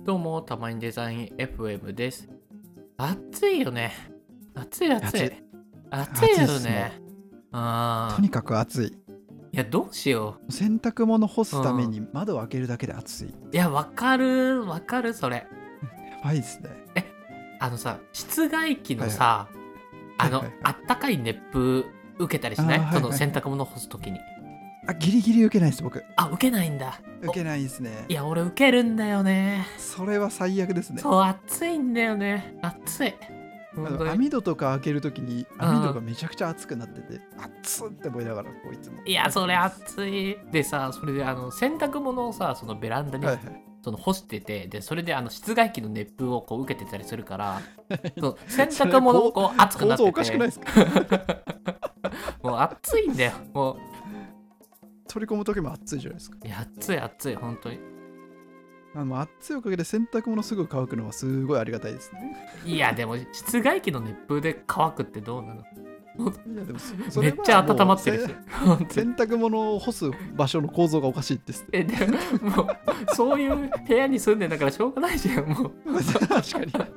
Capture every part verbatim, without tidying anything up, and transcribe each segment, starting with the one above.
どうも、たまにデザイン エフエム です。暑いよね。暑い暑い。 暑い暑いよ暑いっすね。ああ。 とにかく暑い。 いや、どうしよ洗濯物干すために窓を開けるだけで暑い。 う。いや、わかる、わかる、それ。 やばいですね。 あのさ、室外機のさ、あの、 はいはいはいあったかい熱風受けたりしない、 あーはいはいその洗濯物干すときに。 あ、ギリギリ受けないです、僕。 あ、受けないんだ。 受けないですねい。や、俺受けるんだよね。 それは最悪ですね。 そう、暑いんだよね。暑い。 あ本当に。 の網戸とか開けるときにうん網戸がめちゃくちゃ熱くなってて、熱っって思いながらこういつも。 いや、それ暑い。でさ、それであの洗濯物をさ、そのベランダに、 はいはい。 その干してて、でそれであの室外機の熱風をこう受けてたりするから、そう洗濯物もこう熱くなってて、 構造おかしくないですか？ もう暑いんだよ。も取り込むときも暑いじゃないですか。 ういや暑い暑い本当に。 あの暑いおかげで洗濯物すぐ乾くのはすごいありがたいですね。 いやでも室外機の熱風で乾くってどうなの？ いやでもそそれはめっちゃ温まってるし。 もう本当に。 洗濯物を干す場所の構造がおかしいです。 えでももうそういう部屋に住んでんだからしょうがないじゃんもう。 確か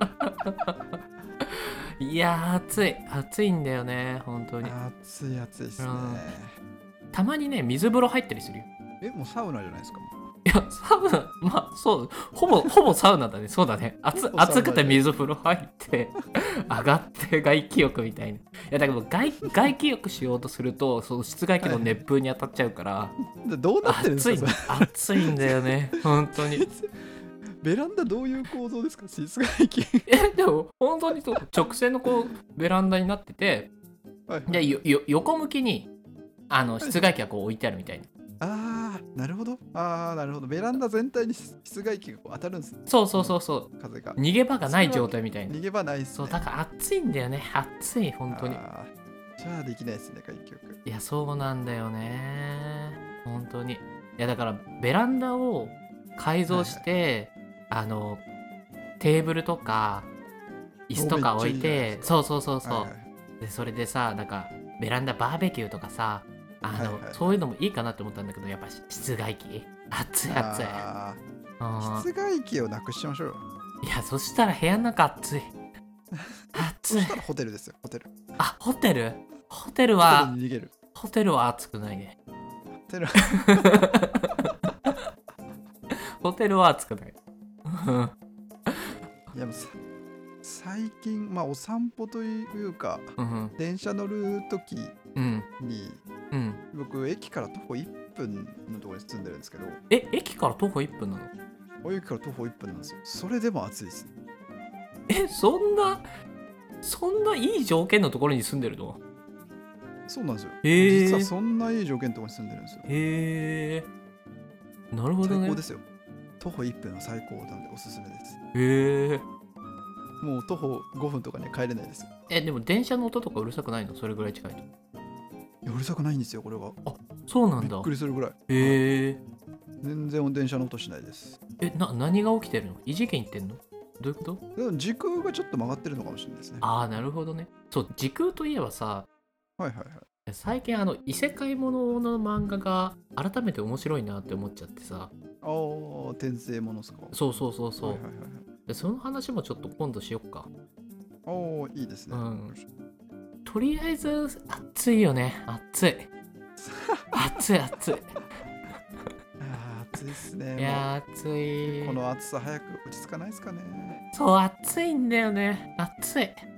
に。 いやー暑い暑いんだよね本当に。 暑い暑いですね。 たまにね水風呂入ったりするよ。 え、もうサウナじゃないですか。もいやサウナまあそうほぼほぼサウナだね。そうだね。暑ほぼサウナ暑くて水風呂入って上がって外気浴みたいな。いやだけど外外気浴しようとするとその室外機の熱風に当たっちゃうからうでどうなってるんです暑いかそれ暑いんだよね本当に。 ベランダどういう構造ですか？室外機。 えでも本当にそう直線のこうベランダになってて、 はいはい、 でよよ横向きにあの室外機がこう置いてあるみたいな。 ああ、なるほど。ああ、なるほど。ベランダ全体に室外機がこう当たるんですね。 そうそうそうそう。 風が。 逃げ場がない状態みたいな。 逃げ場ないっすね。 そうだから暑いんだよね。暑い本当に。 あーじゃあできないですね、外気浴。 いやそうなんだよね本当に。いやだからベランダを改造して、はいはい、あのテーブルとか椅子とか置いて、そうそうそうそう、はいはい、でそれでさなんかベランダバーベキューとかさあの、はいはい、そういうのもいいかなって思ったんだけどやっぱ室外機暑い暑い。 室外機をなくしましょうよ。 いやそしたら部屋の中暑い暑い。 そしたらホテルですよ、ホテル。 あホテルホテルはホテルに逃げる。 ホテルは暑くないね。 ホテルホテルは暑くない。 いやもうさ最近、まあ、お散歩というか、 うん、 電車乗るときに、 うんうん、 僕駅から徒歩いっぷんのところに住んでるんですけど。 え駅から徒歩いっぷんなの？ 駅から徒歩いっぷんなんですよ。それでも暑いです。 えそんなそんないい条件のところに住んでるの？ そうなんですよ、 えー、 実はそんないい条件のところに住んでるんですよ。 へえー、なるほどね。 最高ですよ。徒歩いっぷんは最高なんでおすすめです。 へえ。 もう徒歩ごふんとかには帰れないですよ。 えでも電車の音とかうるさくないの？それぐらい近いと。 いやうるさくないんですよこれが。 あそうなんだ。 びっくりするぐらい。 へえ、はい、 全然電車の音しないです。 えな何が起きてるの？異次元いってんの？どういうこと？ でも時空がちょっと曲がってるのかもしれないですね。 ああなるほどね。そう時空といえばさ、 はいはいはい。 最近あの異世界ものの漫画が改めて面白いなって思っちゃってさ。 ああ転生ものですか？ そうそうそうそう、 はいはいはいはい、 でその話もちょっと今度しよっか。 おおいいですね、うん、 とりあえず暑いよね。暑い暑い暑いあ暑いっすね。 いや暑い。 この暑さ早く落ち着かないですかね。 そう暑いんだよね。暑い